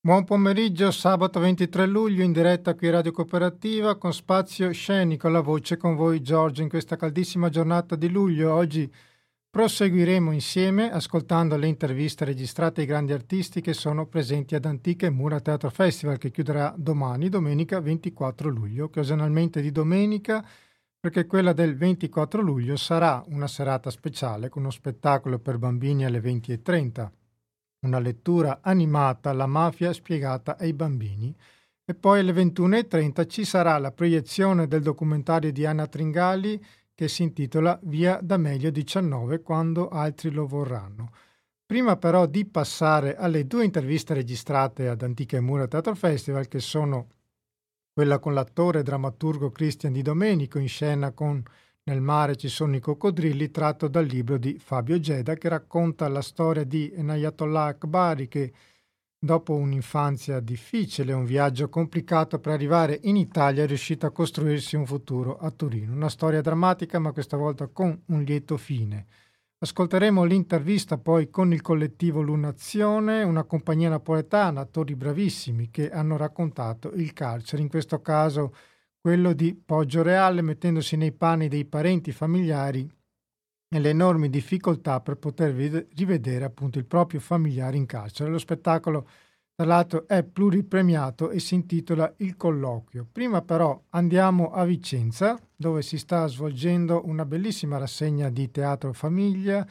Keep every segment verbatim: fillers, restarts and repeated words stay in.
Buon pomeriggio, sabato ventitré luglio in diretta qui Radio Cooperativa con spazio scenico alla voce con voi Giorgio in questa caldissima giornata di luglio. Oggi proseguiremo insieme ascoltando le interviste registrate ai grandi artisti che sono presenti ad Antiche Mura Teatro Festival che chiuderà domani, domenica ventiquattro luglio, occasionalmente di domenica perché quella del ventiquattro luglio sarà una serata speciale con uno spettacolo per bambini alle venti e trenta. Una lettura animata, La mafia spiegata ai bambini, e poi alle ventuno e trenta ci sarà la proiezione del documentario di Anna Tringali che si intitola Via D'Amelio diciannove quando altri lo vorranno. Prima però di passare alle due interviste registrate ad Antiche Mura Teatro Festival, che sono quella con l'attore e drammaturgo Cristian Di Domenico in scena con Nel mare ci sono i coccodrilli, tratto dal libro di Fabio Geda, che racconta la storia di Enayatollah Akbari, che dopo un'infanzia difficile, un viaggio complicato per arrivare in Italia, è riuscito a costruirsi un futuro a Torino. Una storia drammatica, ma questa volta con un lieto fine. Ascolteremo l'intervista poi con il collettivo Lunazione, una compagnia napoletana, attori bravissimi che hanno raccontato il carcere, in questo caso quello di Poggioreale, mettendosi nei panni dei parenti familiari e le enormi difficoltà per poter rivedere appunto il proprio familiare in carcere. Lo spettacolo, tra l'altro, è pluripremiato e si intitola Il colloquio. Prima però andiamo a Vicenza, dove si sta svolgendo una bellissima rassegna di teatro famiglia.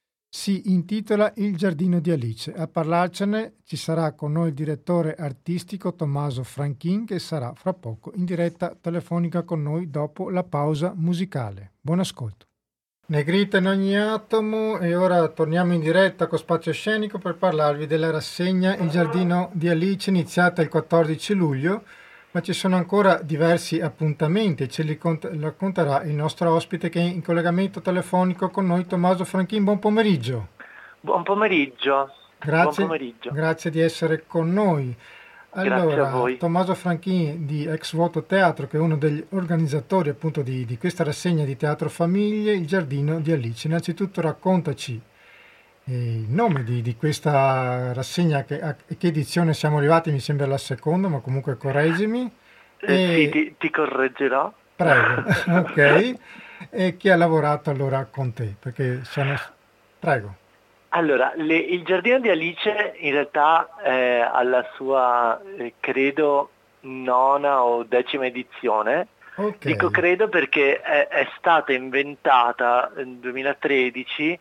Si intitola Il giardino di Alice. A parlarcene ci sarà con noi il direttore artistico Tommaso Franchin, che sarà fra poco in diretta telefonica con noi dopo la pausa musicale. Buon ascolto. Negrita in ogni atomo, e ora torniamo in diretta con Spazio Scenico per parlarvi della rassegna Il giardino di Alice, iniziata il quattordici luglio, ma ci sono ancora diversi appuntamenti e ce li racconterà il nostro ospite che è in collegamento telefonico con noi, Tommaso Franchin. Buon pomeriggio. Buon pomeriggio. Grazie, Buon pomeriggio. Grazie di essere con noi. Allora, grazie a voi. Tommaso Franchin di Ex Voto Teatro, che è uno degli organizzatori appunto di, di questa rassegna di Teatro Famiglie, Il giardino di Alice. Innanzitutto raccontaci eh, il nome di, di questa rassegna, che, a che edizione siamo arrivati, mi sembra la seconda, ma comunque correggimi. Eh, e... Sì, ti, ti correggerò. Prego, ok. E chi ha lavorato allora con te? Perché sono... Prego. Allora, le, il giardino di Alice in realtà è alla sua, eh, credo, nona o decima edizione. Okay. Dico credo perché è, è stata inventata nel duemilatredici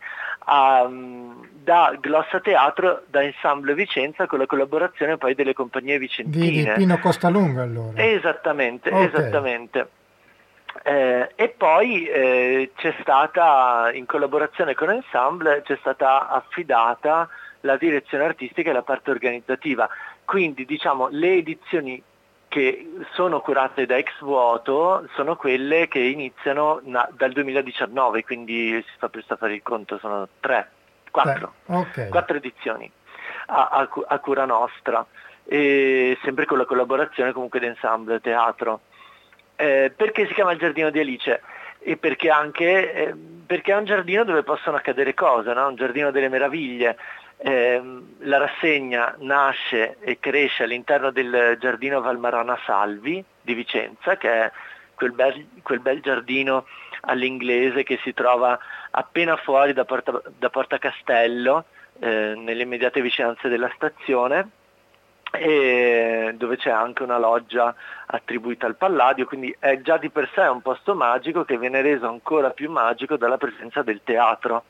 um, da Glossa Teatro, da Ensemble Vicenza, con la collaborazione poi delle compagnie vicentine. Di, di Pino Costalunga allora. Esattamente, okay. esattamente. Eh, e poi eh, c'è stata, in collaborazione con Ensemble, c'è stata affidata la direzione artistica e la parte organizzativa. Quindi diciamo le edizioni che sono curate da Ex Voto sono quelle che iniziano na- dal duemiladiciannove, quindi si fa presto a fare il conto, sono tre, quattro, okay. quattro edizioni a, a, a cura nostra, e sempre con la collaborazione comunque di Ensemble Teatro. Eh, perché si chiama il giardino di Alice? E perché anche eh, perché è un giardino dove possono accadere cose, no? Un giardino delle meraviglie. Eh, la rassegna nasce e cresce all'interno del giardino Valmarana Salvi di Vicenza, che è quel bel, quel bel giardino all'inglese che si trova appena fuori da Porta, da Porta Castello, eh, nelle immediate vicinanze della stazione, e dove c'è anche una loggia attribuita al Palladio, quindi è già di per sé un posto magico che viene reso ancora più magico dalla presenza del teatro.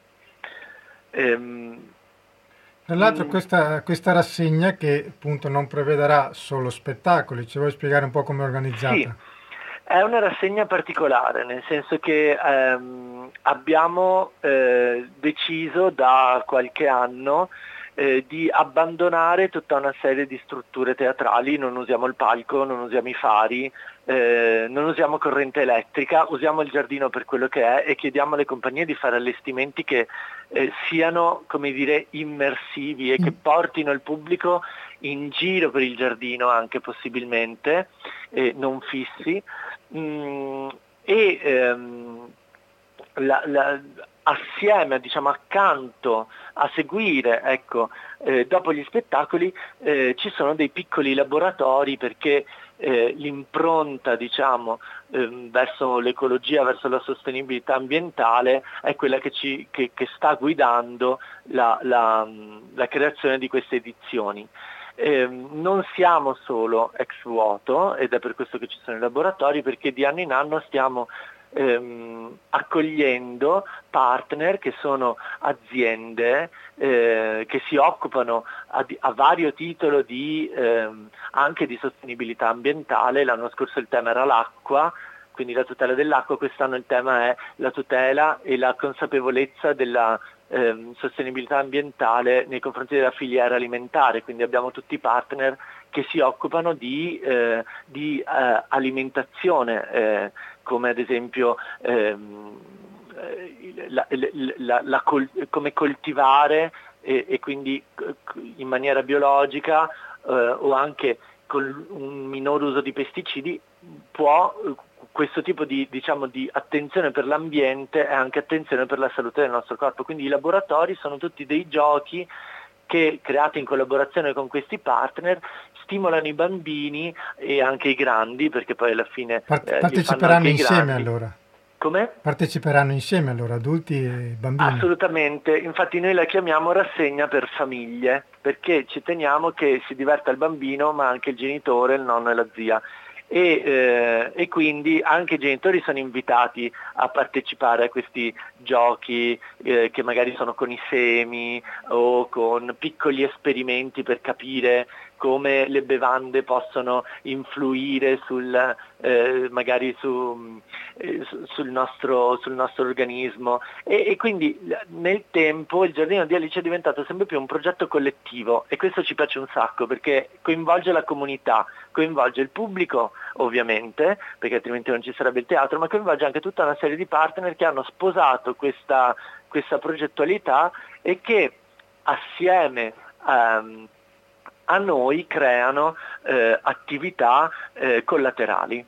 Ehm, Tra l'altro questa, questa rassegna, che appunto non prevederà solo spettacoli, ci vuoi spiegare un po' come è organizzata? Sì, è una rassegna particolare, nel senso che ehm, abbiamo eh, deciso da qualche anno Eh, di abbandonare tutta una serie di strutture teatrali. Non usiamo il palco, non usiamo i fari, eh, non usiamo corrente elettrica, usiamo il giardino per quello che è e chiediamo alle compagnie di fare allestimenti che eh, siano, come dire, immersivi e che portino il pubblico in giro per il giardino anche possibilmente, eh, non fissi. Mm, e ehm, la, la, assieme, diciamo accanto a seguire, ecco, eh, dopo gli spettacoli eh, ci sono dei piccoli laboratori perché eh, l'impronta, diciamo, eh, verso l'ecologia, verso la sostenibilità ambientale è quella che, ci, che, che sta guidando la, la, la creazione di queste edizioni. Eh, non siamo solo ex vuoto ed è per questo che ci sono i laboratori, perché di anno in anno stiamo ehm, accogliendo partner che sono aziende eh, che si occupano a, a vario titolo di, ehm, anche di sostenibilità ambientale. L'anno scorso il tema era l'acqua, quindi la tutela dell'acqua, quest'anno il tema è la tutela e la consapevolezza della ehm, sostenibilità ambientale nei confronti della filiera alimentare, quindi abbiamo tutti i partner che si occupano di, eh, di eh, alimentazione, eh, come ad esempio ehm, la, la, la, la col- come coltivare e, e quindi in maniera biologica eh, o anche con un minor uso di pesticidi può questo tipo di, diciamo, di attenzione per l'ambiente e anche attenzione per la salute del nostro corpo. Quindi i laboratori sono tutti dei giochi che, creati in collaborazione con questi partner, stimolano i bambini e anche i grandi, perché poi alla fine Part- eh, li fanno parteciperanno anche i insieme grandi. allora? Come? Parteciperanno insieme allora adulti e bambini? Assolutamente, infatti noi la chiamiamo rassegna per famiglie, perché ci teniamo che si diverta il bambino ma anche il genitore, il nonno e la zia. E, eh, e quindi anche i genitori sono invitati a partecipare a questi giochi eh, che magari sono con i semi o con piccoli esperimenti per capire come le bevande possono influire sul, eh, magari su, eh, sul, nostro, sul nostro organismo e, e quindi nel tempo il Giardino di Alice è diventato sempre più un progetto collettivo e questo ci piace un sacco perché coinvolge la comunità, coinvolge il pubblico ovviamente, perché altrimenti non ci sarebbe il teatro, ma coinvolge anche tutta una serie di partner che hanno sposato questa, questa progettualità e che assieme um, a noi creano eh, attività eh, collaterali.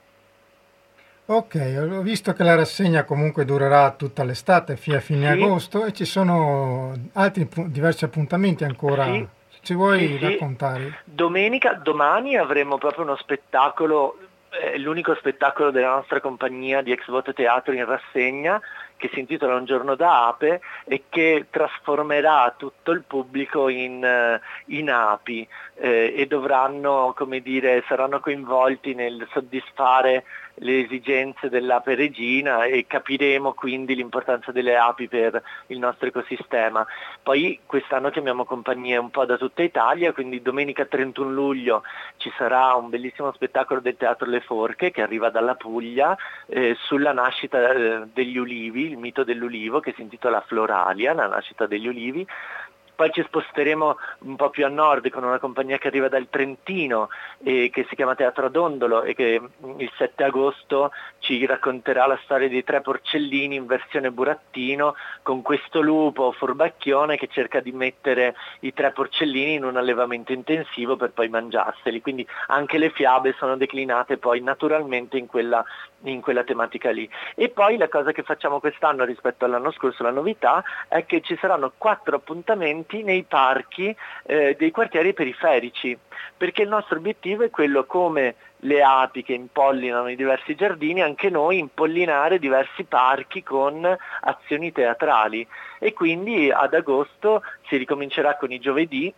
Ok, ho visto che la rassegna comunque durerà tutta l'estate, fino a fine Sì, agosto, e ci sono altri pu- diversi appuntamenti ancora. sì, Ci vuoi sì, sì. raccontare? Domenica, domani avremo proprio uno spettacolo, eh, l'unico spettacolo della nostra compagnia di Ex Voto Teatro in rassegna, che si intitola Un giorno da ape e che trasformerà tutto il pubblico in, eh, in api eh, e dovranno, come dire, saranno coinvolti nel soddisfare le esigenze dell'ape regina e capiremo quindi l'importanza delle api per il nostro ecosistema. Poi quest'anno chiamiamo compagnie un po' da tutta Italia, quindi domenica trentuno luglio ci sarà un bellissimo spettacolo del Teatro Le Forche che arriva dalla Puglia eh, sulla nascita eh, degli ulivi, il mito dell'ulivo, che si intitola Floralia, la nascita degli ulivi. Poi ci sposteremo un po' più a nord con una compagnia che arriva dal Trentino e che si chiama Teatro Dondolo e che il sette agosto ci racconterà la storia dei tre porcellini in versione burattino, con questo lupo furbacchione che cerca di mettere i tre porcellini in un allevamento intensivo per poi mangiarseli. Quindi anche le fiabe sono declinate poi naturalmente in quella, in quella tematica lì. E poi la cosa che facciamo quest'anno rispetto all'anno scorso, la novità, è che ci saranno quattro appuntamenti nei parchi eh, dei quartieri periferici, perché il nostro obiettivo è quello, come le api che impollinano i diversi giardini, anche noi impollinare diversi parchi con azioni teatrali e quindi ad agosto si ricomincerà con i giovedì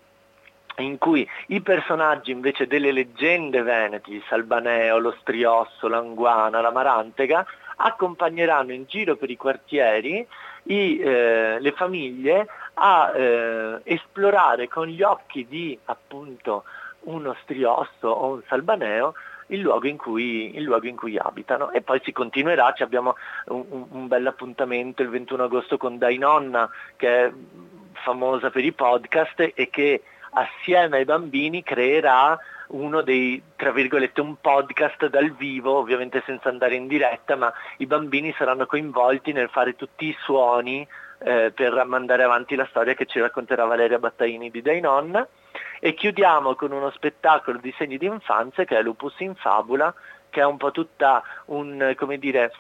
in cui i personaggi invece delle leggende veneti, Salbaneo, lo Striosso, l'Anguana, la Marantega, accompagneranno in giro per i quartieri i, eh, le famiglie a eh, esplorare con gli occhi di appunto uno striosso o un salbaneo il luogo in cui, il luogo in cui abitano. E poi si continuerà, ci abbiamo un, un, un bel appuntamento il ventuno agosto con Dai Nonna, che è famosa per i podcast e che assieme ai bambini creerà uno dei, tra virgolette, un podcast dal vivo, ovviamente senza andare in diretta, ma i bambini saranno coinvolti nel fare tutti i suoni eh, per mandare avanti la storia che ci racconterà Valeria Battaini di Dai Nonna. E chiudiamo con uno spettacolo di segni di infanzia che è Lupus in Fabula, che è un po' tutta un, come dire,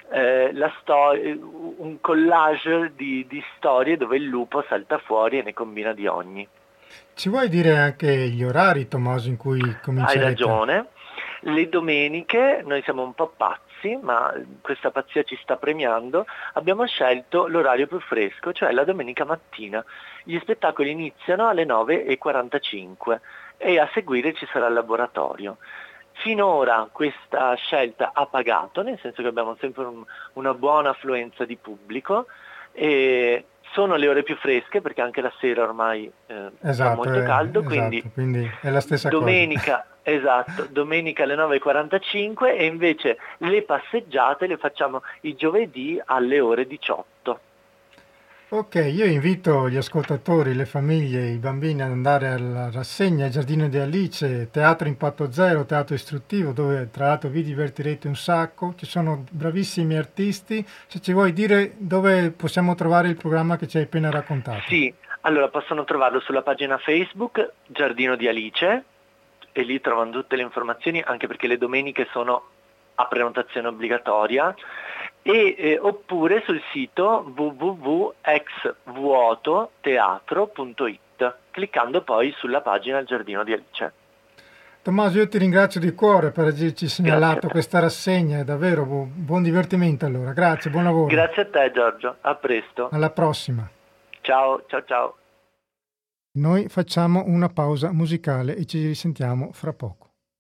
eh, la sto- un collage di, di storie dove il lupo salta fuori e ne combina di ogni. Ci vuoi dire anche gli orari, Tommaso, in cui comincerete? Hai ragione. Le domeniche, noi siamo un po' pazzi, ma questa pazzia ci sta premiando, abbiamo scelto l'orario più fresco, cioè la domenica mattina. Gli spettacoli iniziano alle nove e quarantacinque e a seguire ci sarà il laboratorio. Finora questa scelta ha pagato, nel senso che abbiamo sempre un, una buona affluenza di pubblico, e sono le ore più fresche perché anche la sera ormai eh, esatto, fa molto caldo, esatto, quindi, quindi è la stessa domenica, cosa. Esatto, domenica alle nove e quarantacinque, e invece le passeggiate le facciamo i giovedì alle ore diciotto. Ok, io invito gli ascoltatori, le famiglie, i bambini ad andare alla rassegna Giardino di Alice, Teatro Impatto Zero, teatro istruttivo, dove tra l'altro vi divertirete un sacco, ci sono bravissimi artisti. Se ci vuoi dire dove possiamo trovare il programma che ci hai appena raccontato. Sì, allora possono trovarlo sulla pagina Facebook Giardino di Alice, e lì trovano tutte le informazioni, anche perché le domeniche sono a prenotazione obbligatoria, e eh, oppure sul sito w w w punto ex vuoto teatro punto i t, cliccando poi sulla pagina Il Giardino di Alice. Tommaso, io ti ringrazio di cuore per averci segnalato questa rassegna, è davvero bu- buon divertimento allora, grazie, buon lavoro. Grazie a te Giorgio, a presto. Alla prossima. Ciao, ciao, ciao. Noi facciamo una pausa musicale e ci risentiamo fra poco.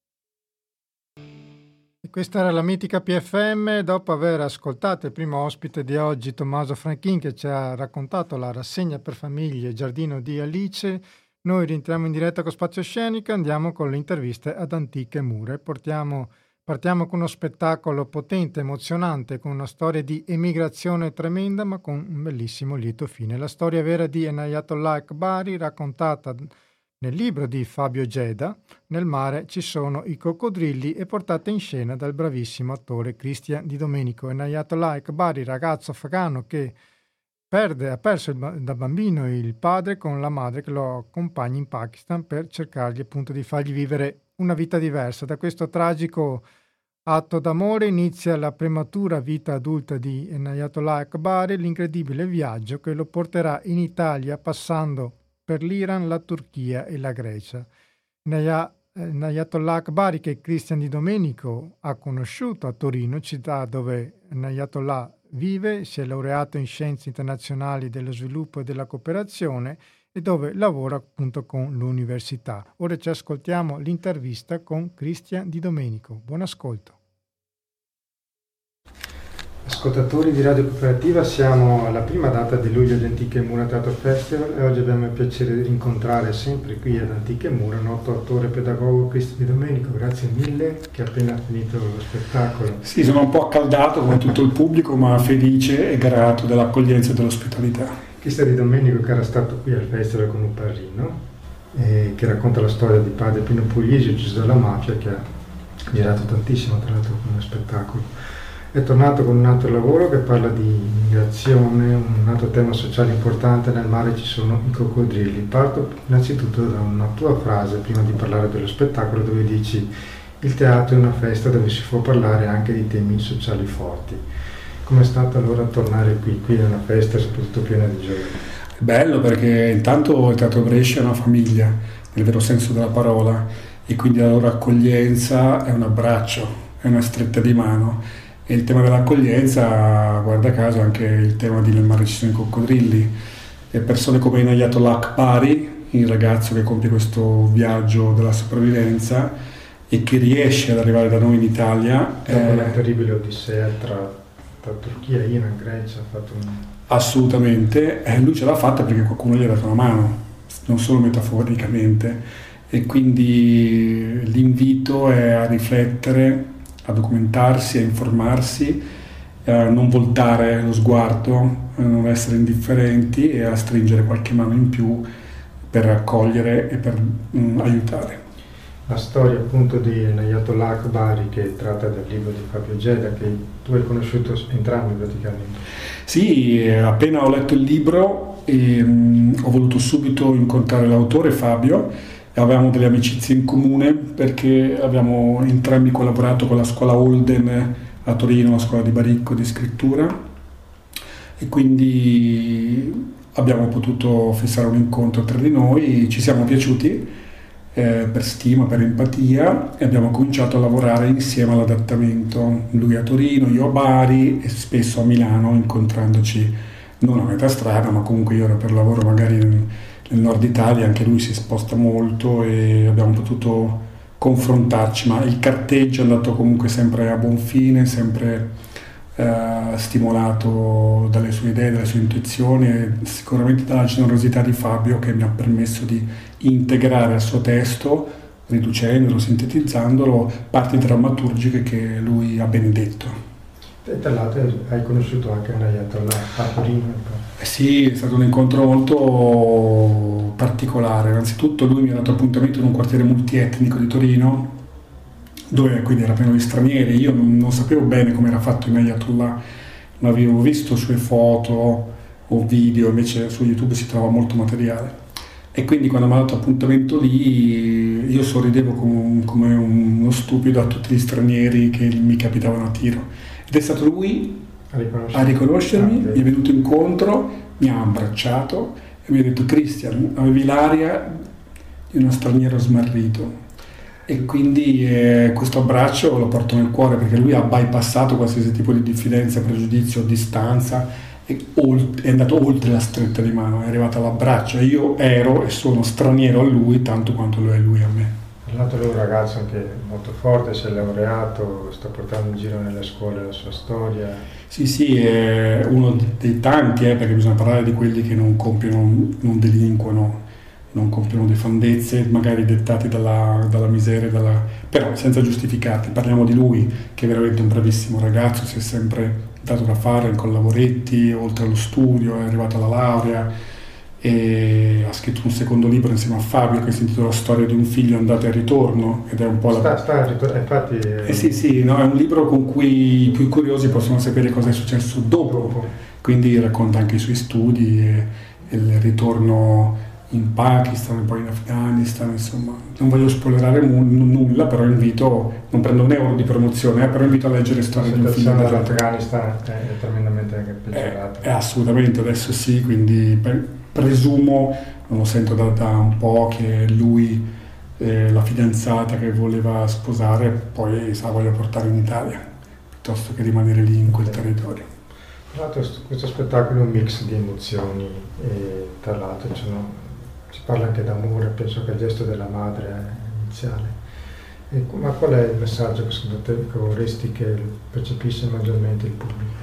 E questa era la mitica P F M. Dopo aver ascoltato il primo ospite di oggi, Tommaso Franchin, che ci ha raccontato la rassegna per famiglie Giardino di Alice, noi rientriamo in diretta con Spazio Scenico e andiamo con le interviste ad Antiche Mura. Portiamo, partiamo con uno spettacolo potente, emozionante, con una storia di emigrazione tremenda, ma con un bellissimo lieto fine. La storia vera di Enayatollah Akbari, raccontata nel libro di Fabio Geda. Nel mare ci sono i coccodrilli, e portata in scena dal bravissimo attore Christian Di Domenico. Enayatollah Akbari, ragazzo afghano che perde, ha perso il, da bambino il padre, con la madre che lo accompagna in Pakistan per cercargli appunto di fargli vivere una vita diversa. Da questo tragico atto d'amore inizia la prematura vita adulta di Enayatollah Akbari, l'incredibile viaggio che lo porterà in Italia, passando per l'Iran, la Turchia e la Grecia. Enayatollah Akbari, che Christian Di Domenico ha conosciuto a Torino, città dove Enayatollah vive, si è laureato in Scienze Internazionali dello Sviluppo e della Cooperazione, e dove lavora appunto con l'università. Ora ci ascoltiamo l'intervista con Christian Di Domenico. Buon ascolto. Ascoltatori di Radio Cooperativa, siamo alla prima data di luglio di Antiche Mura Teatro Festival e oggi abbiamo il piacere di incontrare sempre qui ad Antiche Mura un noto attore e pedagogo, Christian Di Domenico. Grazie mille, che ha appena finito lo spettacolo. Sì, sono un po' accaldato come tutto il pubblico, ma felice e grato dell'accoglienza e dell'ospitalità. Christian Di Domenico, che era stato qui al festival con un parrino, e che racconta la storia di padre Pino Puglisi, ucciso dalla mafia, che ha girato tantissimo tra l'altro come spettacolo. È tornato con un altro lavoro che parla di immigrazione, un altro tema sociale importante. Nel mare ci sono i coccodrilli. Parto innanzitutto da una tua frase prima di parlare dello spettacolo, dove dici: il teatro è una festa dove si può parlare anche di temi sociali forti. Com'è stato allora tornare qui? Qui è una festa soprattutto piena di giovani. È bello perché intanto il Teatro Brescia è una famiglia, nel vero senso della parola, e quindi la loro accoglienza è un abbraccio, è una stretta di mano. E il tema dell'accoglienza, guarda caso, anche il tema di Nel mare ci sono i coccodrilli, e persone come Enayatollah Akbari, il ragazzo che compie questo viaggio della sopravvivenza e che riesce ad arrivare da noi in Italia. È eh, una terribile odissea tra, tra Turchia, Iran, Grecia. Ha fatto un... Assolutamente, eh, lui ce l'ha fatta perché qualcuno gli ha dato una mano, non solo metaforicamente, e quindi l'invito è a riflettere, a documentarsi, a informarsi, a non voltare lo sguardo, a non essere indifferenti e a stringere qualche mano in più per accogliere e per mm, aiutare. La storia appunto di Enayatollah Akbari, che è tratta dal libro di Fabio Geda, che tu hai conosciuto entrambi praticamente. Sì, appena ho letto il libro e, um, ho voluto subito incontrare l'autore Fabio. Avevamo delle amicizie in comune perché abbiamo entrambi collaborato con la scuola Holden a Torino, alla scuola di Baricco di scrittura, e quindi abbiamo potuto fissare un incontro tra di noi, ci siamo piaciuti eh, per stima, per empatia, e abbiamo cominciato a lavorare insieme all'adattamento, lui a Torino, io a Bari e spesso a Milano, incontrandoci non a metà strada, ma comunque io ero per lavoro magari nel, nel nord Italia, anche lui si sposta molto e abbiamo potuto confrontarci, ma il carteggio è andato comunque sempre a buon fine, sempre eh, stimolato dalle sue idee, dalle sue intuizioni e sicuramente dalla generosità di Fabio, che mi ha permesso di integrare al suo testo, riducendolo, sintetizzandolo, parti drammaturgiche che lui ha benedetto. E tra l'altro hai conosciuto anche un Ayatollah a Torino? Eh sì, è stato un incontro molto particolare. Innanzitutto lui mi ha dato appuntamento in un quartiere multietnico di Torino, dove quindi era pieno di stranieri. Io non, non sapevo bene come era fatto in Ayatollah, non avevo visto sue foto o video, invece su YouTube si trova molto materiale. E quindi quando mi ha dato appuntamento lì io sorridevo come, come uno stupido a tutti gli stranieri che mi capitavano a tiro. Ed è stato lui a, a riconoscermi, ah, okay. Mi è venuto incontro, mi ha abbracciato e mi ha detto: Christian, avevi l'aria di uno straniero smarrito. E quindi eh, questo abbraccio lo porto nel cuore, perché lui ha bypassato qualsiasi tipo di diffidenza, pregiudizio o distanza, e olt- è andato oltre la stretta di mano, è arrivato all'abbraccio, e io ero e sono straniero a lui tanto quanto lo è lui a me. Tra l'altro lui è un ragazzo anche molto forte, si è laureato, sta portando in giro nelle scuole la sua storia. Sì, sì, è uno dei tanti, eh, perché bisogna parlare di quelli che non compiono, non delinquono, non compiono defandezze, magari dettate dalla, dalla miseria, dalla... però senza giustificati. Parliamo di lui, che è veramente un bravissimo ragazzo, si è sempre dato da fare con lavoretti, oltre allo studio, è arrivato alla laurea, e ha scritto un secondo libro insieme a Fabio che si intitola Storia di un figlio andato e ritorno, ed è un po' la... Sta, sta ritor- infatti... Eh sì, sì, no, è un libro con cui i più curiosi possono sapere cosa è successo dopo, dopo. Quindi racconta anche i suoi studi e, e il ritorno in Pakistan e poi in Afghanistan, insomma. Non voglio spoilerare mu- nulla, però invito, non prendo un euro di promozione, eh, però invito a leggere Storia di un figlio andato. La situazione dell'Afghanistan è tremendamente anche peggiorata. Eh, assolutamente, adesso sì, quindi... Per, presumo, non lo sento da, da un po', che lui, eh, la fidanzata che voleva sposare, poi se la voglia portare in Italia, piuttosto che rimanere lì in quel territorio. Tra l'altro questo spettacolo è un mix di emozioni, e tra l'altro sono, si parla anche d'amore, penso che il gesto della madre è iniziale. E, ma qual è il messaggio che secondo te che vorresti che percepisse maggiormente il pubblico?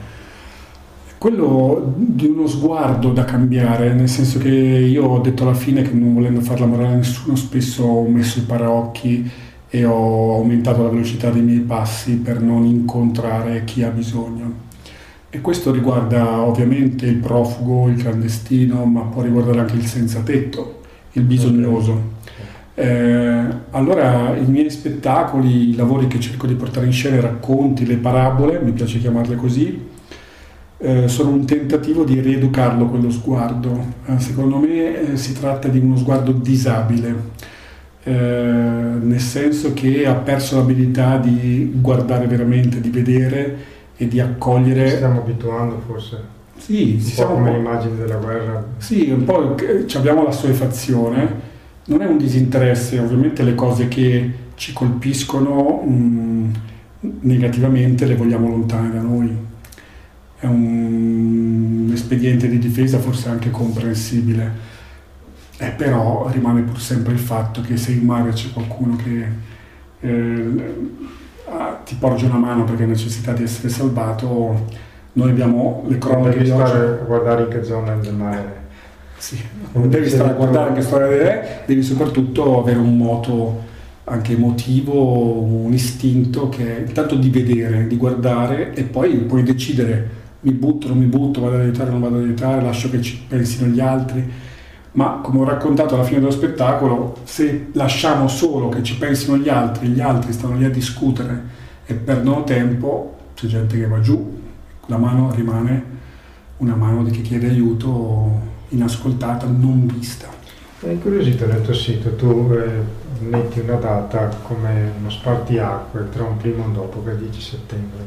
Quello di uno sguardo da cambiare, nel senso che io ho detto alla fine che, non volendo far la morale a nessuno, spesso ho messo i paraocchi e ho aumentato la velocità dei miei passi per non incontrare chi ha bisogno. E questo riguarda ovviamente il profugo, il clandestino, ma può riguardare anche il senza tetto, il bisognoso. Eh, allora i miei spettacoli, i lavori che cerco di portare in scena, i racconti, le parabole, mi piace chiamarle così, Eh, sono un tentativo di rieducarlo quello sguardo. Eh, secondo me eh, si tratta di uno sguardo disabile, eh, nel senso che ha perso l'abilità di guardare veramente, di vedere e di accogliere. Ci stiamo abituando forse. Sì, un ci po' siamo come un po'... l'immagine della guerra. Sì, un po' abbiamo la assuefazione, non è un disinteresse, ovviamente le cose che ci colpiscono mh, negativamente le vogliamo lontane da noi. È un espediente di difesa forse anche comprensibile, eh, però rimane pur sempre il fatto che se in mare c'è qualcuno che eh, ti porge una mano perché ha necessità di essere salvato, noi abbiamo le cronache devi di oggi. stare a guardare in che zona del mare. Sì, non devi stare a guardare in che storia è, devi soprattutto avere un moto anche emotivo, un istinto che è intanto di vedere, di guardare, e poi puoi decidere: mi butto, non mi butto, vado ad aiutare, non vado ad aiutare, lascio che ci pensino gli altri. Ma come ho raccontato alla fine dello spettacolo, se lasciamo solo che ci pensino gli altri, gli altri stanno lì a discutere e perdono tempo, c'è gente che va giù, la mano rimane una mano di chi chiede aiuto, inascoltata, non vista. È incuriosito nel tuo sito, tu eh, metti una data come uno spartiacque tra un prima e un dopo, che è il dieci settembre.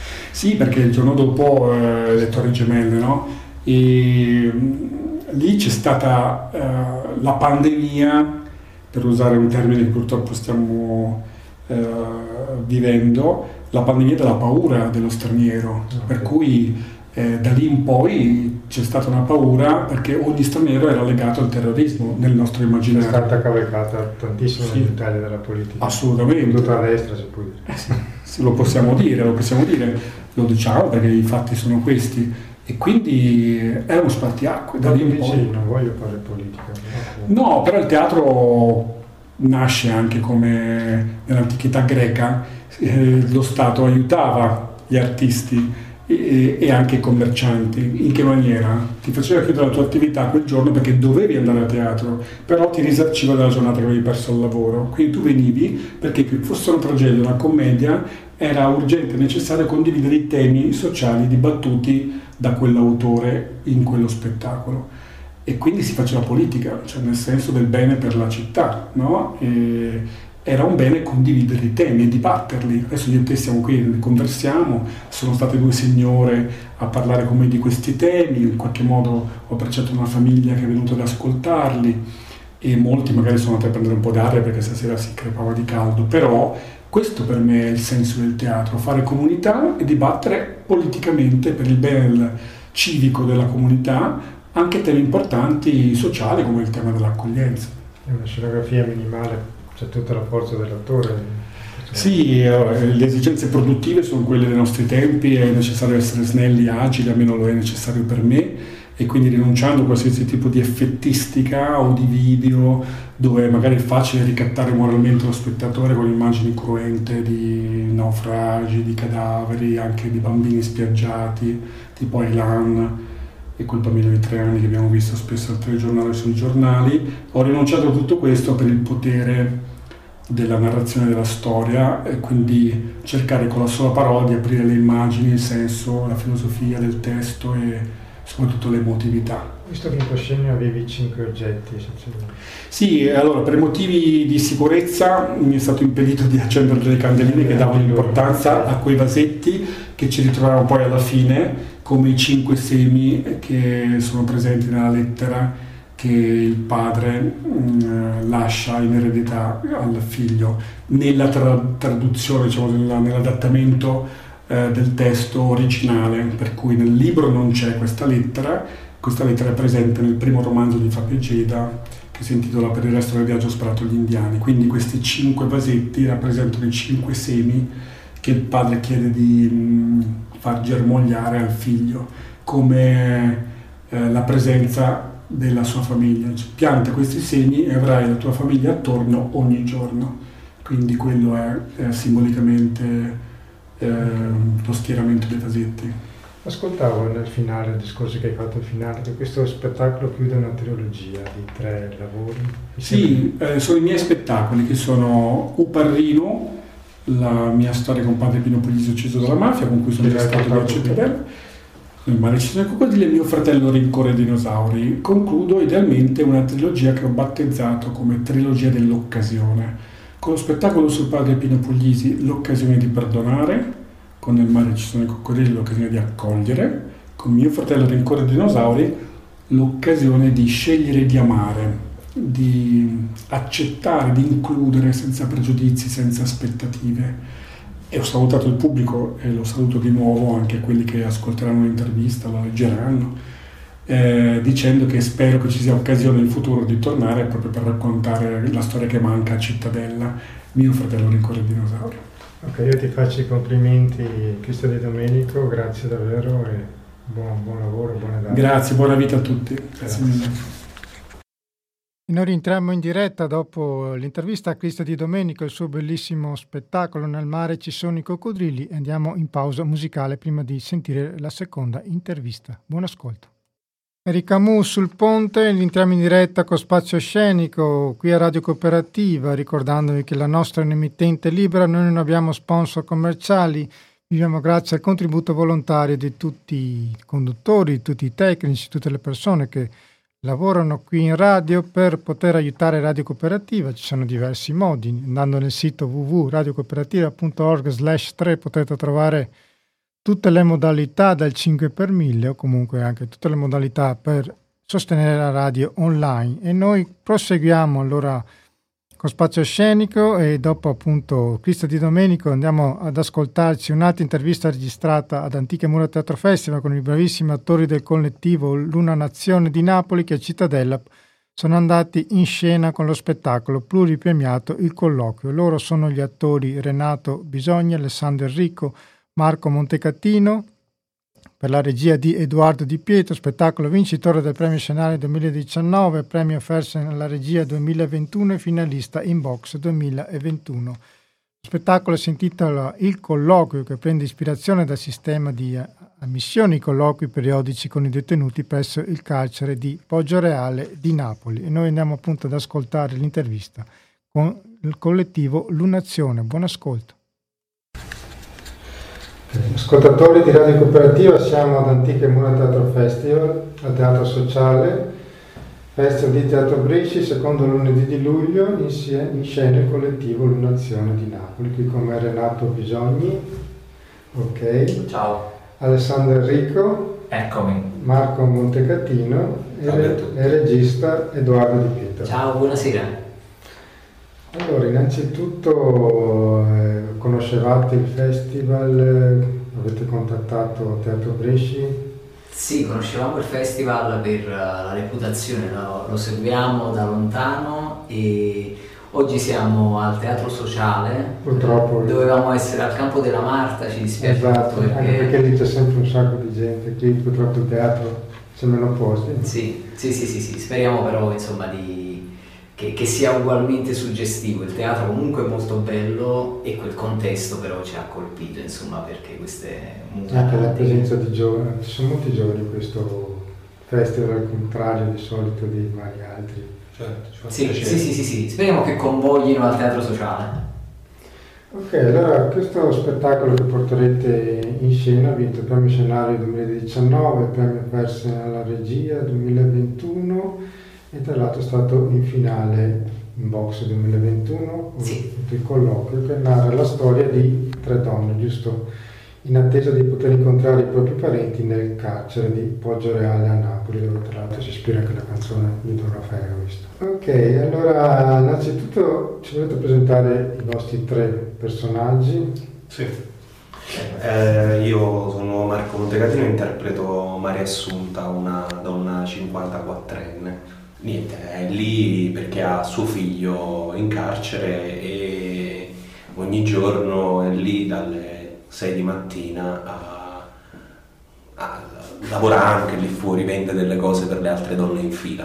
Sì, perché il giorno dopo eh, le Torri Gemelle, no? E mh, lì c'è stata eh, la pandemia, per usare un termine che purtroppo stiamo eh, vivendo, la pandemia della paura dello straniero, okay. Per cui eh, da lì in poi c'è stata una paura perché ogni straniero era legato al terrorismo nel nostro immaginario. È stata cavalcata tantissimo sì. In Italia dalla politica. Assolutamente. Tutta a destra, si può dire. Eh sì, sì, lo possiamo dire, lo possiamo dire, lo diciamo perché i fatti sono questi. E quindi è uno spartiacque. Da lì in poi... non voglio fare politica. No. no, però il teatro nasce anche come nell'antichità greca, eh, lo Stato aiutava gli artisti e, e anche i commercianti. In che maniera? Ti faceva chiudere la tua attività quel giorno perché dovevi andare a teatro, però ti risarciva della giornata che avevi perso il lavoro. Quindi tu venivi perché che fosse una tragedia, una commedia, era urgente e necessario condividere i temi sociali dibattuti da quell'autore in quello spettacolo. E quindi si faceva politica, cioè nel senso del bene per la città, no? E era un bene condividere i temi e dibatterli. Adesso io e te siamo qui, conversiamo, sono state due signore a parlare con me di questi temi, in qualche modo ho abbracciato una famiglia che è venuta ad ascoltarli e molti magari sono andati a prendere un po' d'aria perché stasera si crepava di caldo, però questo per me è il senso del teatro, fare comunità e dibattere politicamente per il bene del civico della comunità anche temi importanti sociali come il tema dell'accoglienza. È una scenografia minimale, c'è tutta la forza dell'attore. Sì, le esigenze produttive sono quelle dei nostri tempi, è necessario essere snelli, agili, almeno lo è necessario per me, e quindi rinunciando a qualsiasi tipo di effettistica o di video dove magari è facile ricattare moralmente lo spettatore con immagini cruente di naufragi, di cadaveri, anche di bambini spiaggiati, tipo Aylan e quel bambino di tre anni che abbiamo visto spesso al telegiornale sui giornali. Ho rinunciato a tutto questo per il potere della narrazione della storia e quindi cercare con la sola parola di aprire le immagini, il senso, la filosofia del testo e soprattutto l'emotività. Visto che in proscenio avevi cinque oggetti. Sì, allora per motivi di sicurezza mi è stato impedito di accendere delle candeline che davano importanza a quei vasetti che ci ritroviamo poi alla fine come i cinque semi che sono presenti nella lettera che il padre mh, lascia in eredità al figlio. Nella tra- traduzione, diciamo, nella, nell'adattamento eh, del testo originale, per cui nel libro non c'è questa lettera, questa lettera è presente nel primo romanzo di Fapegeda che si intitola Per il resto del viaggio sparato agli indiani. Quindi questi cinque vasetti rappresentano i cinque semi che il padre chiede di mh, far germogliare al figlio come eh, la presenza della sua famiglia. Cioè, pianta questi semi e avrai la tua famiglia attorno ogni giorno. Quindi quello è, è simbolicamente eh, lo schieramento dei vasetti. Ascoltavo nel finale, il discorso che hai fatto al finale, che questo spettacolo chiude una trilogia di tre lavori. Sì, eh, sono i miei spettacoli che sono Uparrino, la mia storia con padre Pino Puglisi ucciso dalla mafia, con cui sono già stato a Cittadella, il mare ci sono i coccodrilli e mio fratello Rincorre i dinosauri. Concludo idealmente una trilogia che ho battezzato come trilogia dell'occasione, con lo spettacolo sul padre Pino Puglisi L'occasione di perdonare, con Nel mare ci sono i coccodrilli l'occasione di accogliere, con mio fratello Rincorre i dinosauri l'occasione di scegliere di amare, di accettare, di includere senza pregiudizi, senza aspettative. E ho salutato il pubblico e lo saluto di nuovo anche quelli che ascolteranno l'intervista, la leggeranno, eh, dicendo che spero che ci sia occasione in futuro di tornare proprio per raccontare la storia che manca a Cittadella, mio fratello Rincorre i dinosauri. Ok, io ti faccio i complimenti, Cristo Di Domenico, grazie davvero e buon, buon lavoro, buone date. Grazie, buona vita a tutti. Grazie mille. E noi rientriamo in diretta dopo l'intervista a Cristo Di Domenico, il suo bellissimo spettacolo Nel mare ci sono i coccodrilli, e andiamo in pausa musicale prima di sentire la seconda intervista. Buon ascolto. Erika Mu sul ponte, entriamo in diretta con Spazio Scenico qui a Radio Cooperativa, ricordandovi che la nostra è un'emittente libera, noi non abbiamo sponsor commerciali, viviamo grazie al contributo volontario di tutti i conduttori, di tutti i tecnici, tutte le persone che lavorano qui in radio per poter aiutare Radio Cooperativa. Ci sono diversi modi, andando nel sito w w w punto radio cooperativa punto org slash tre potete trovare tutte le modalità dal cinque per mille o comunque anche tutte le modalità per sostenere la radio online. E noi proseguiamo allora con Spazio Scenico e dopo appunto Cristo Di Domenico andiamo ad ascoltarci un'altra intervista registrata ad Antiche Mura Teatro Festival con i bravissimi attori del collettivo Luna Nazione di Napoli che a Cittadella sono andati in scena con lo spettacolo pluripremiato Il Colloquio. Loro sono gli attori Renato Bisogni, Alessandro Enrico, Marco Montecatino, per la regia di Edoardo Di Pietro, spettacolo vincitore del premio Scenario duemiladiciannove, premio Fersen alla regia duemilaventuno e finalista in box duemilaventuno. Lo spettacolo si intitola Il Colloquio, che prende ispirazione dal sistema di ammissioni colloqui periodici con i detenuti presso il carcere di Poggioreale di Napoli. E noi andiamo appunto ad ascoltare l'intervista con il collettivo Lunazione. Buon ascolto. Ascoltatori di Radio Cooperativa, siamo ad Antiche Mura Teatro Festival, al Teatro Sociale, Festival di Teatro Bresci, secondo lunedì di luglio, in scena il collettivo Lunazione di Napoli. Qui con me Renato Bisogni, ok. Ciao. Alessandro Enrico. Eccomi. Marco Montecatino e, re, e regista Edoardo Di Pietro. Ciao, buonasera. Allora, innanzitutto eh, conoscevate il festival, eh, avete contattato Teatro Bresci? Sì, conoscevamo il festival per uh, la reputazione, lo, lo seguiamo da lontano e oggi siamo al Teatro Sociale. Purtroppo. Dovevamo essere al Campo della Marta, ci dispiace esatto, molto perché... anche perché lì c'è sempre un sacco di gente, qui purtroppo il teatro c'è meno posti. Sì, sì, sì, sì, sì. Speriamo però insomma di... Che, che sia ugualmente suggestivo. Il teatro comunque è molto bello e quel contesto però ci ha colpito, insomma, perché queste mura... Anche la presenza di giovani, ci sono molti giovani in questo festival, al contrario di solito di vari altri. Certo, ci fa sì, sì, sì, sì, sì, speriamo che convoglino al Teatro Sociale. Ok, allora questo spettacolo che porterete in scena ha vinto il premio Scenario duemiladiciannove, il premio Fersen alla regia duemilaventuno e tra l'altro è stato in finale in box duemilaventuno, sì. Il colloquio che narra la storia di tre donne, giusto, in attesa di poter incontrare i propri parenti nel carcere di Poggioreale a Napoli, dove tra l'altro si ispira anche la canzone di Don Raffaele, ho visto. Ok, allora innanzitutto ci volete presentare i vostri tre personaggi? Sì. Eh, io sono Marco Montecatino e interpreto Maria Assunta, una donna cinquantaquattrenne. Niente, è lì perché ha suo figlio in carcere e ogni giorno è lì dalle sei di mattina a, a lavora anche lì fuori, vende delle cose per le altre donne in fila.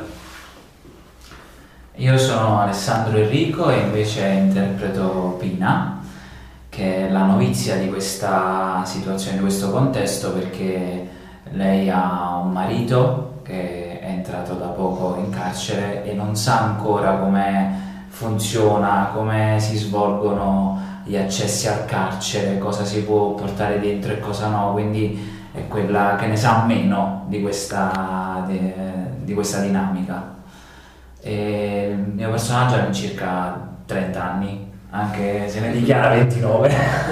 Io sono Alessandro Enrico e invece interpreto Pina, che è la novizia di questa situazione, di questo contesto, perché lei ha un marito che è entrato da poco in carcere e non sa ancora come funziona, come si svolgono gli accessi al carcere, cosa si può portare dentro e cosa no, quindi è quella che ne sa meno di questa, di, di questa dinamica. E il mio personaggio ha circa trenta anni, anche se ne dichiara ventinove.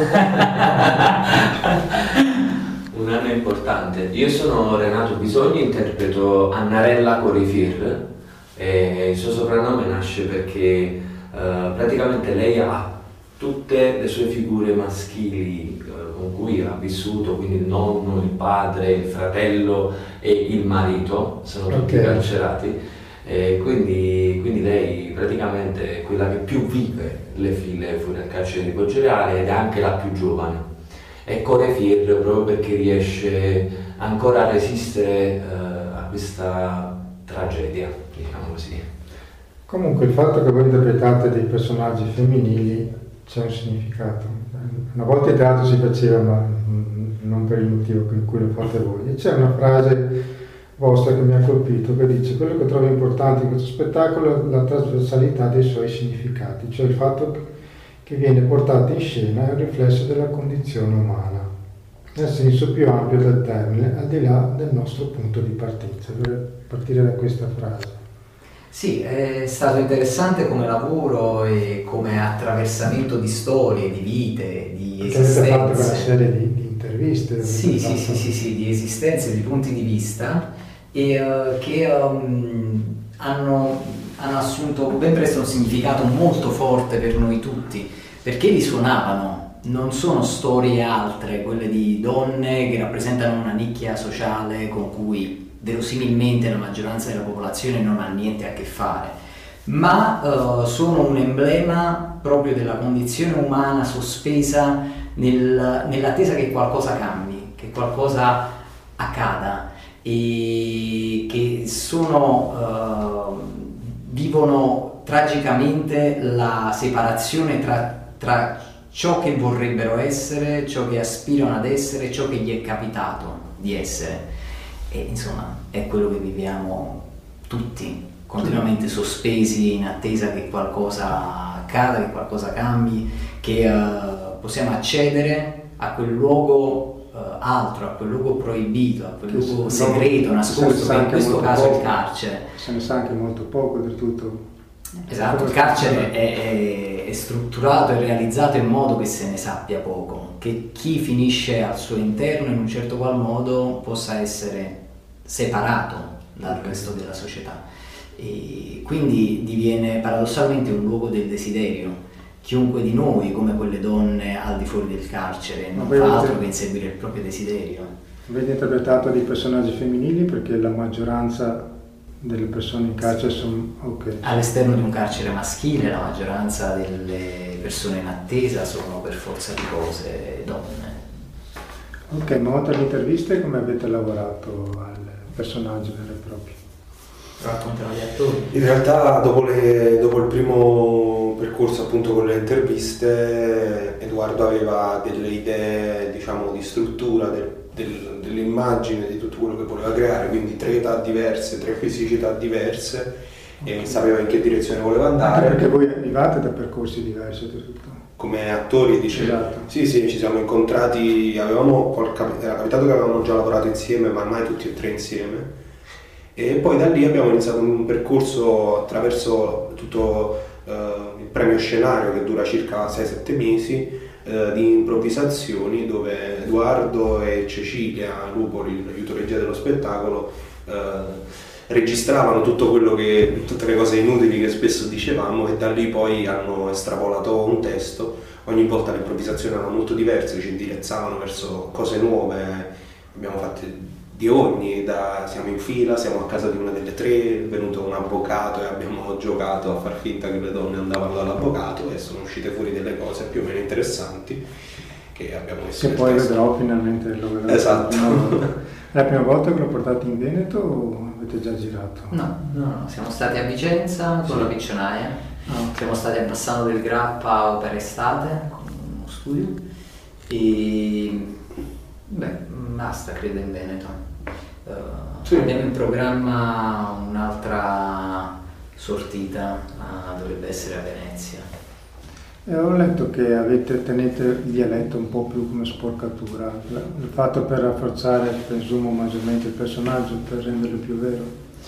Un anno importante. Io sono Renato Bisogni, interpreto Annarella Corifir e il suo soprannome nasce perché uh, praticamente lei ha tutte le sue figure maschili uh, con cui ha vissuto, quindi il nonno, il padre, il fratello e il marito, sono tutti okay. carcerati. E quindi, quindi lei praticamente è quella che più vive le file fuori al carcere di Poggioreale ed è anche la più giovane. E Corefir proprio perché riesce ancora a resistere uh, a questa tragedia, diciamo così. Comunque il fatto che voi interpretate dei personaggi femminili c'è un significato. Una volta in teatro si faceva, ma non per il motivo per cui lo fate voi. E c'è una frase vostra che mi ha colpito, che dice: quello che trovo importante in questo spettacolo è la trasversalità dei suoi significati, cioè il fatto che viene portato in scena è un riflesso della condizione umana, nel senso più ampio del termine, al di là del nostro punto di partenza. Vorrei partire da questa frase. Sì, è stato interessante come lavoro e come attraversamento di storie, di vite, di Perché esistenze. avete fatto quella serie di, di interviste. Sì, sì, fatto... sì, sì, sì, di esistenze, di punti di vista e uh, che um, hanno, hanno assunto ben presto un significato molto forte per noi tutti, perché risuonavano. Non sono storie altre, quelle di donne che rappresentano una nicchia sociale con cui verosimilmente la maggioranza della popolazione non ha niente a che fare, ma uh, sono un emblema proprio della condizione umana sospesa nel, nell'attesa che qualcosa cambi, che qualcosa accada e che sono, uh, vivono tragicamente la separazione tra, tra ciò che vorrebbero essere, ciò che aspirano ad essere, ciò che gli è capitato di essere. E insomma è quello che viviamo tutti, continuamente sospesi in attesa che qualcosa accada, che qualcosa cambi, che uh, possiamo accedere a quel luogo uh, altro, a quel luogo proibito, a quel Che luogo se- segreto, no, nascosto, se che ne sa in anche questo molto caso è il poco. carcere. Se ne sa anche molto poco, oltretutto. Esatto, il carcere è, è, è strutturato e realizzato in modo che se ne sappia poco, che chi finisce al suo interno in un certo qual modo possa essere separato dal resto della società e quindi diviene paradossalmente un luogo del desiderio. Chiunque di noi, come quelle donne al di fuori del carcere, non Ma voi fa avete- altro che inseguire il proprio desiderio. Avete interpretato dei personaggi femminili perché la maggioranza delle persone in carcere sono... ok. All'esterno di un carcere maschile la maggioranza delle persone in attesa sono per forza di cose donne. Ok, ma oltre alle interviste come avete lavorato al personaggio vero e proprio? Raccontano gli attori. In realtà dopo, le- dopo il primo percorso appunto con le interviste Edoardo aveva delle idee, diciamo, di struttura del- del- dell'immagine, di tutto quello che voleva creare, quindi tre età diverse, tre fisicità diverse e sapeva in che direzione voleva Anche andare. perché voi arrivate da percorsi diversi oltretutto. Come attori dice, Esatto. sì sì, ci siamo incontrati, avevamo, col cap- era capitato che avevamo già lavorato insieme, ma mai tutti e tre insieme. E poi da lì abbiamo iniziato un percorso attraverso tutto eh, il premio scenario che dura circa sei sette mesi eh, di improvvisazioni dove Edoardo e Cecilia Lupoli, l'aiuto regia dello spettacolo, eh, registravano tutto quello che, tutte le cose inutili che spesso dicevamo e da lì poi hanno estrapolato un testo. Ogni volta le improvvisazioni erano molto diverse, ci indirizzavano verso cose nuove, abbiamo fatto di ogni, da, siamo in fila, siamo a casa di una delle tre, è venuto un avvocato e abbiamo giocato a far finta che le donne andavano dall'avvocato e sono uscite fuori delle cose più o meno interessanti che abbiamo messo Che nel poi testo. vedrò finalmente, lo vedrò. Esatto. È la prima volta che lo portate in Veneto o avete già girato? No, no, no, siamo stati a Vicenza con la Piccionaia, Ah, siamo stati a Bassano del Grappa per estate con uno studio e beh, basta credo in Veneto. Uh, Sì. Abbiamo in programma un'altra sortita, uh, dovrebbe essere a Venezia. E ho letto che avete, tenete il dialetto un po' più come sporcatura, il fatto per rafforzare, presumo, maggiormente il personaggio, per renderlo più vero.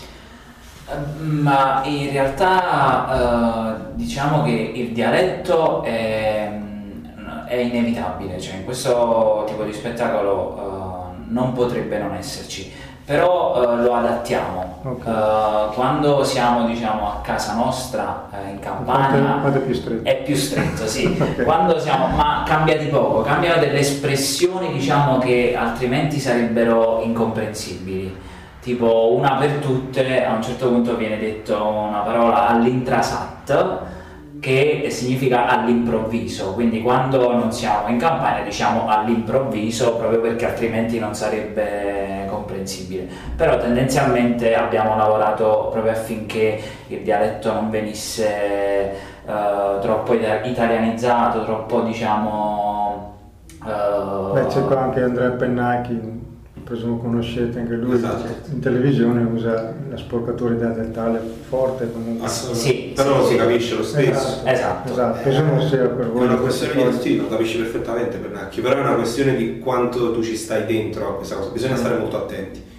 Ma in realtà eh, diciamo che il dialetto è, è inevitabile, cioè in questo tipo di spettacolo eh, non potrebbe non esserci, però eh, lo adattiamo. Okay. Eh, quando siamo, diciamo, a casa nostra eh, in Campania Quanto è più stretto? è più stretto, sì. Ok. Quando siamo, ma cambia di poco, cambiano delle espressioni, diciamo, che altrimenti sarebbero incomprensibili. Tipo una per tutte, a un certo punto viene detto una parola all'intrasat che significa all'improvviso, quindi quando non siamo in Campania diciamo all'improvviso proprio perché altrimenti non sarebbe comprensibile. Però tendenzialmente abbiamo lavorato proprio affinché il dialetto non venisse eh, troppo ita- italianizzato, troppo diciamo... eh, Beh, c'è qua anche Andrea Pennacchi, presumo conoscete anche lui, Esatto. in televisione usa la sporcatura dialettale forte comunque. Sì, Però sì, non sì. si capisce lo stesso. Esatto, Esatto. esatto. Presumo sia per È voi una queste questione di cose. sì, lo capisci perfettamente Pernacchi, però è una questione di quanto tu ci stai dentro a questa cosa, bisogna stare molto attenti.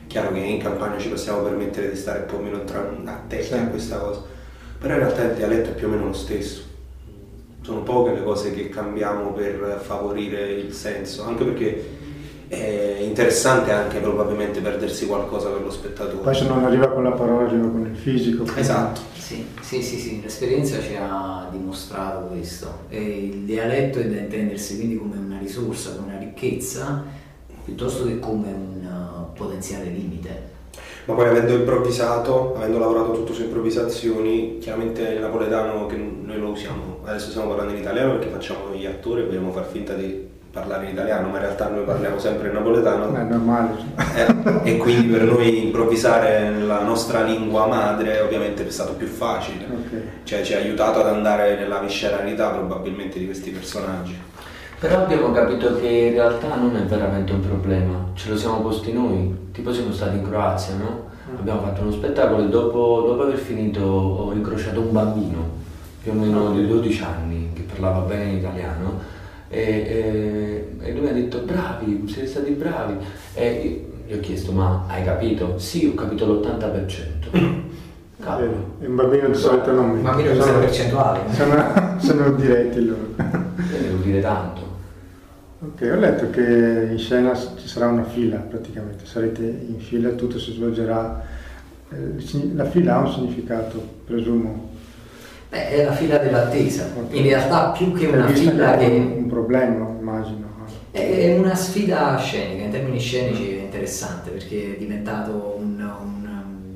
chiaro che in Campania ci possiamo permettere di stare più o meno attenti Sì. a questa cosa, però in realtà il dialetto è più o meno lo stesso. Sono poche le cose che cambiamo per favorire il senso, anche perché è interessante anche probabilmente perdersi qualcosa per lo spettatore. Poi se non arriva con la parola arriva con il fisico. Esatto. Sì, sì, sì, sì, l'esperienza ci ha dimostrato questo. E il dialetto è da intendersi quindi come una risorsa, come una ricchezza, piuttosto che come un uh, potenziale limite. Ma poi avendo improvvisato, avendo lavorato tutto su improvvisazioni, chiaramente il napoletano che noi lo usiamo, adesso stiamo parlando in italiano perché facciamo gli attori e vogliamo far finta di parlare in italiano, ma in realtà noi parliamo sempre in napoletano. È normale. Eh, e quindi per noi improvvisare nella nostra lingua madre ovviamente è stato più facile, Ok. cioè ci ha aiutato ad andare nella visceralità probabilmente di questi personaggi. Però abbiamo capito che in realtà non è veramente un problema, ce lo siamo posti noi, tipo siamo stati in Croazia, no? Abbiamo fatto uno spettacolo e dopo, dopo aver finito ho incrociato un bambino, più o meno di dodici anni, che parlava bene in italiano e, e, e lui mi ha detto bravi, siete stati bravi e io gli ho chiesto ma hai capito? Sì, ho capito l'ottanta per cento. Cavolo. E un bambino di solito non mi... Un bambino di sono, percentuali. sono, sono diretti loro. Quindi vuol dire tanto. Ok, ho letto che in scena ci sarà una fila praticamente, sarete in fila, tutto si svolgerà. Eh, la fila ha un significato, presumo. Beh, è la fila dell'attesa. Ok. In realtà più che una Vista fila che è che... un, un problema, immagino. È una sfida scenica, in termini scenici è interessante perché è diventato un, un,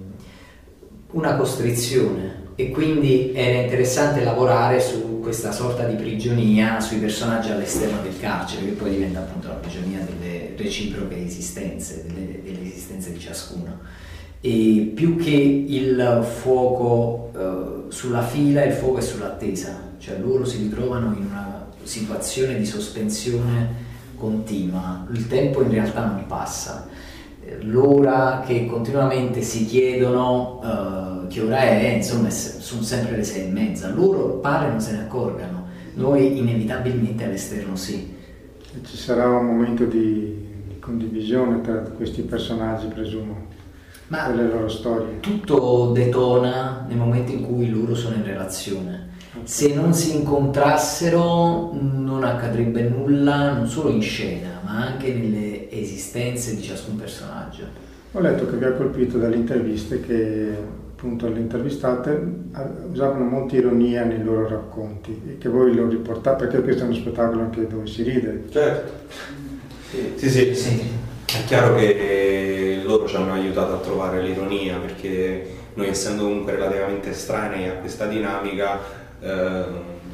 una costrizione e quindi era interessante lavorare su questa sorta di prigionia sui personaggi all'esterno del carcere, che poi diventa appunto la prigionia delle reciproche esistenze, delle, delle esistenze di ciascuno. E più che il fuoco eh, sulla fila, il fuoco è sull'attesa, cioè loro si ritrovano in una situazione di sospensione continua, il tempo in realtà non passa, l'ora che continuamente si chiedono uh, che ora è, insomma sono sempre le sei e mezza, loro pare non se ne accorgano, noi inevitabilmente all'esterno sì. E ci sarà un momento di, di condivisione tra questi personaggi, presumo, ma per le loro storie. tutto detona nel momento in cui loro sono in relazione. Se non si incontrassero non accadrebbe nulla, non solo in scena, ma anche nelle esistenze di ciascun personaggio. Ho letto che vi ha colpito dalle interviste che appunto le intervistate usavano molta ironia nei loro racconti e che voi lo riportate, perché questo è uno spettacolo anche dove si ride. Certo. Sì, sì, sì. È chiaro che loro ci hanno aiutato a trovare l'ironia, perché noi essendo comunque relativamente estranei a questa dinamica eh,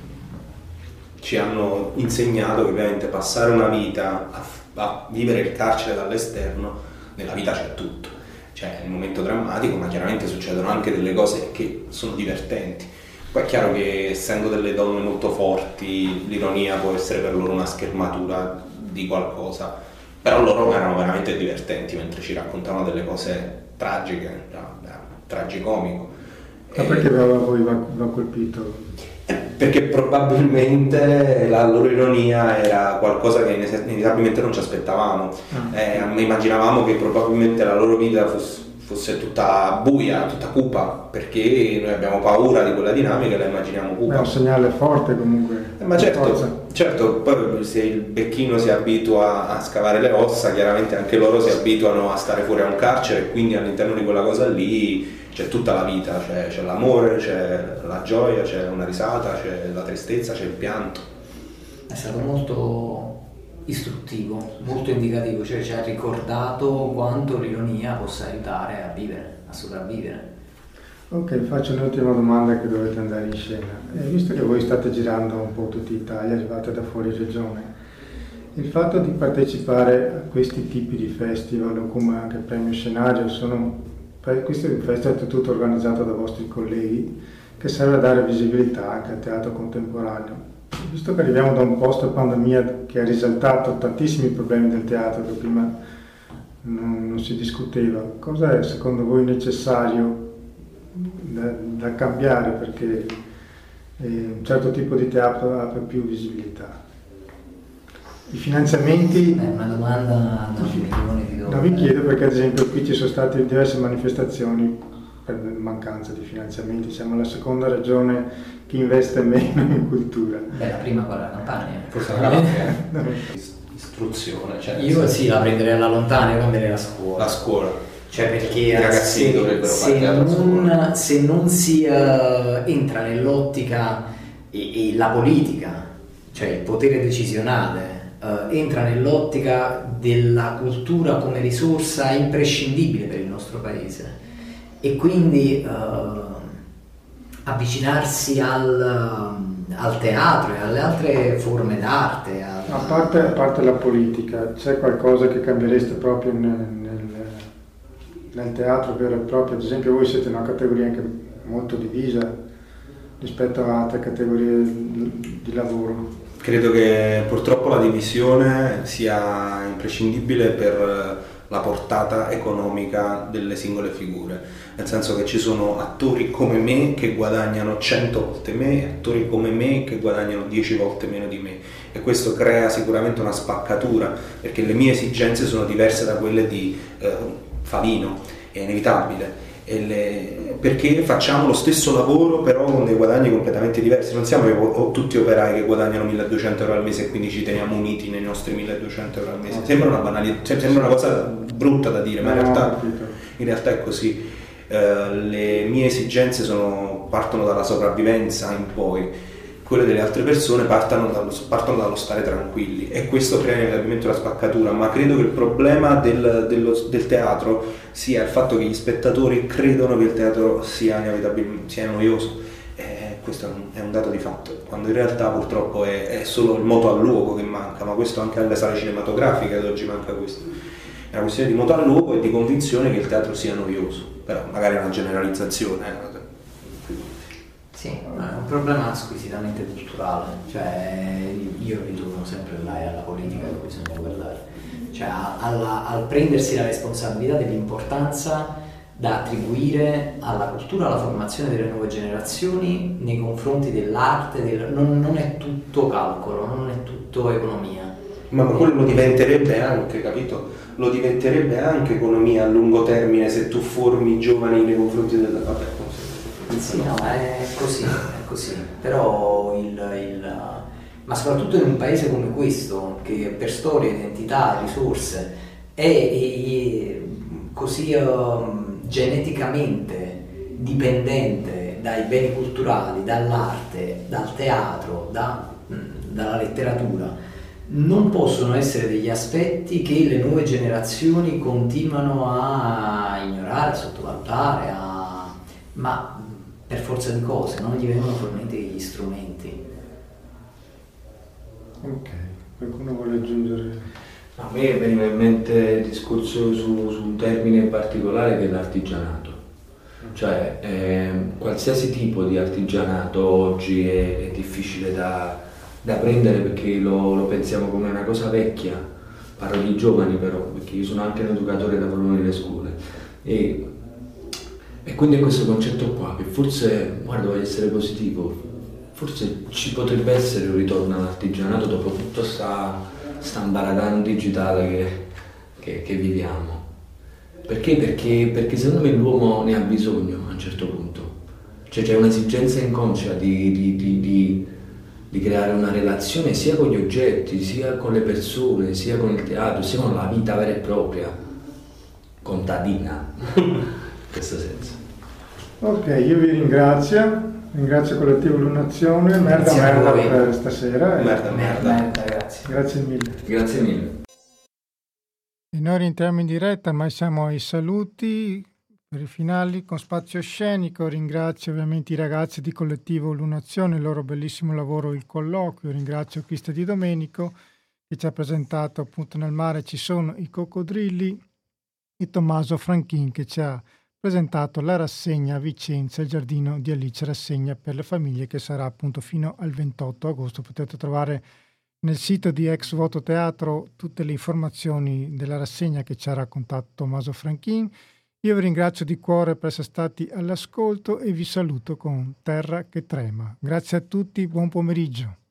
ci hanno insegnato che ovviamente passare una vita a, a vivere il carcere dall'esterno, nella vita c'è tutto, cioè è un momento drammatico, ma chiaramente succedono anche delle cose che sono divertenti. Poi è chiaro che essendo delle donne molto forti l'ironia può essere per loro una schermatura di qualcosa, però loro erano veramente divertenti mentre ci raccontavano delle cose tragiche, tragicomico. Ma perché a voi va, va colpito? Perché probabilmente la loro ironia era qualcosa che inevitabilmente non ci aspettavamo. Eh, immaginavamo che probabilmente la loro vita fosse, fosse tutta buia, tutta cupa, perché noi abbiamo paura di quella dinamica e la immaginiamo cupa. È un segnale forte comunque. Eh, ma certo, certo, poi se il becchino si abitua a scavare le ossa, chiaramente anche loro si abituano a stare fuori a un carcere e quindi all'interno di quella cosa lì c'è tutta la vita, c'è, c'è l'amore, c'è la gioia, c'è una risata, c'è la tristezza, c'è il pianto. È stato molto istruttivo, molto indicativo, cioè ci ha ricordato quanto l'ironia possa aiutare a vivere, a sopravvivere. Ok, faccio un'ultima domanda che dovete andare in scena. Eh, visto che voi state girando un po' tutta Italia, arrivate da fuori regione, il fatto di partecipare a questi tipi di festival o come anche premio scenario sono... Questo è un festival tutto organizzato da vostri colleghi che serve a dare visibilità anche al teatro contemporaneo. Visto che arriviamo da un post pandemia che ha risaltato tantissimi problemi del teatro che prima non, non si discuteva, cosa è secondo voi necessario da, da cambiare perché eh, un certo tipo di teatro abbia più visibilità? I finanziamenti... È una domanda da un milione di No, dollari. vi chiedo perché ad esempio qui ci sono state diverse manifestazioni per mancanza di finanziamenti, siamo la seconda regione che investe meno in cultura. Beh, la prima quella la Campania. Forse la istruzione. Cioè, Io sì, la prenderei alla lontana, io cambierei la scuola. La scuola. Cioè perché I ragazzini se, dovrebbero se, fare teatro a scuola. non, se non si eh, entra nell'ottica e, e la politica, cioè il potere decisionale, eh, entra nell'ottica della cultura come risorsa imprescindibile per il nostro paese e quindi eh, avvicinarsi al, al teatro e alle altre forme d'arte. Al... A parte, a parte la politica, c'è qualcosa che cambiereste proprio nel, nel, nel teatro vero e proprio? Ad esempio voi siete una categoria anche molto divisa rispetto a altre categorie di lavoro. Credo che purtroppo la divisione sia imprescindibile per la portata economica delle singole figure, nel senso che ci sono attori come me che guadagnano cento volte me e attori come me che guadagnano dieci volte meno di me, e questo crea sicuramente una spaccatura perché le mie esigenze sono diverse da quelle di eh, Favino, è inevitabile. E le... perché facciamo lo stesso lavoro però con dei guadagni completamente diversi, non siamo o, tutti operai che guadagnano milleduecento euro al mese e quindi ci teniamo uniti nei nostri milleduecento euro al mese. Sembra una banalità, cioè, sembra una cosa brutta da dire, ma in realtà, in realtà è così. Uh, le mie esigenze sono, partono dalla sopravvivenza in poi, quelle delle altre persone partono dallo, partono dallo stare tranquilli, e questo crea inevitabilmente una spaccatura. Ma credo che il problema del, dello, del teatro sia il fatto che gli spettatori credono che il teatro sia inevitabilmente sia noioso, e questo è un, è un dato di fatto, quando in realtà purtroppo è, è solo il moto al luogo che manca, ma questo anche alle sale cinematografiche ad oggi manca questo. È una questione di moto al luogo e di convinzione che il teatro sia noioso, però magari è una generalizzazione. Eh. Sì, è un problema squisitamente culturale, cioè io ritorno sempre là e alla politica che bisogna guardare, cioè alla, al prendersi la responsabilità dell'importanza da attribuire alla cultura, alla formazione delle nuove generazioni nei confronti dell'arte, del, non, non è tutto calcolo, non è tutto economia. Ma quello lo diventerebbe anche, capito? Lo diventerebbe anche economia a lungo termine se tu formi i giovani nei confronti della... Vabbè, sì, no, è così, è così, però il, il, ma soprattutto in un paese come questo, che per storia, identità, risorse è, è così uh, geneticamente dipendente dai beni culturali, dall'arte, dal teatro, da, dalla letteratura, non possono essere degli aspetti che le nuove generazioni continuano a ignorare, a sottovalutare, a... ma per forza di cose, non gli vengono forniti gli strumenti. Ok, qualcuno vuole aggiungere? A me veniva in mente il discorso su, su un termine in particolare che è l'artigianato. Cioè, eh, qualsiasi tipo di artigianato oggi è, è difficile da, da prendere perché lo, lo pensiamo come una cosa vecchia. Parlo di giovani però, perché io sono anche un educatore da forno nelle scuole. E, E quindi è questo concetto qua, che forse, guarda, voglio essere positivo, forse ci potrebbe essere un ritorno all'artigianato dopo tutta sta, sta ambaradan digitale che, che, che viviamo. Perché? Perché? Perché secondo me l'uomo ne ha bisogno a un certo punto. Cioè c'è un'esigenza inconscia di, di, di, di, di creare una relazione sia con gli oggetti, sia con le persone, sia con il teatro, sia con la vita vera e propria, contadina. In questo senso. Ok, io vi ringrazio, ringrazio Collettivo Lunazione, merda Grazie a merda voi. per stasera. e- Merda, merda. Merda, grazie. Grazie mille. Grazie mille. E noi rientriamo in diretta, ma siamo ai saluti per i finali con Spazio Scenico. Ringrazio ovviamente i ragazzi di Collettivo Lunazione, il loro bellissimo lavoro, il colloquio. Ringrazio Cristian Di Domenico che ci ha presentato appunto Nel mare ci sono i coccodrilli, e Tommaso Franchin che ci ha presentato la rassegna a Vicenza, il Giardino di Alice, rassegna per le famiglie che sarà appunto fino al ventotto agosto. Potete trovare nel sito di Ex Voto Teatro tutte le informazioni della rassegna che ci ha raccontato Tommaso Franchin. Io vi ringrazio di cuore per essere stati all'ascolto e vi saluto con Terra che trema. Grazie a tutti, buon pomeriggio.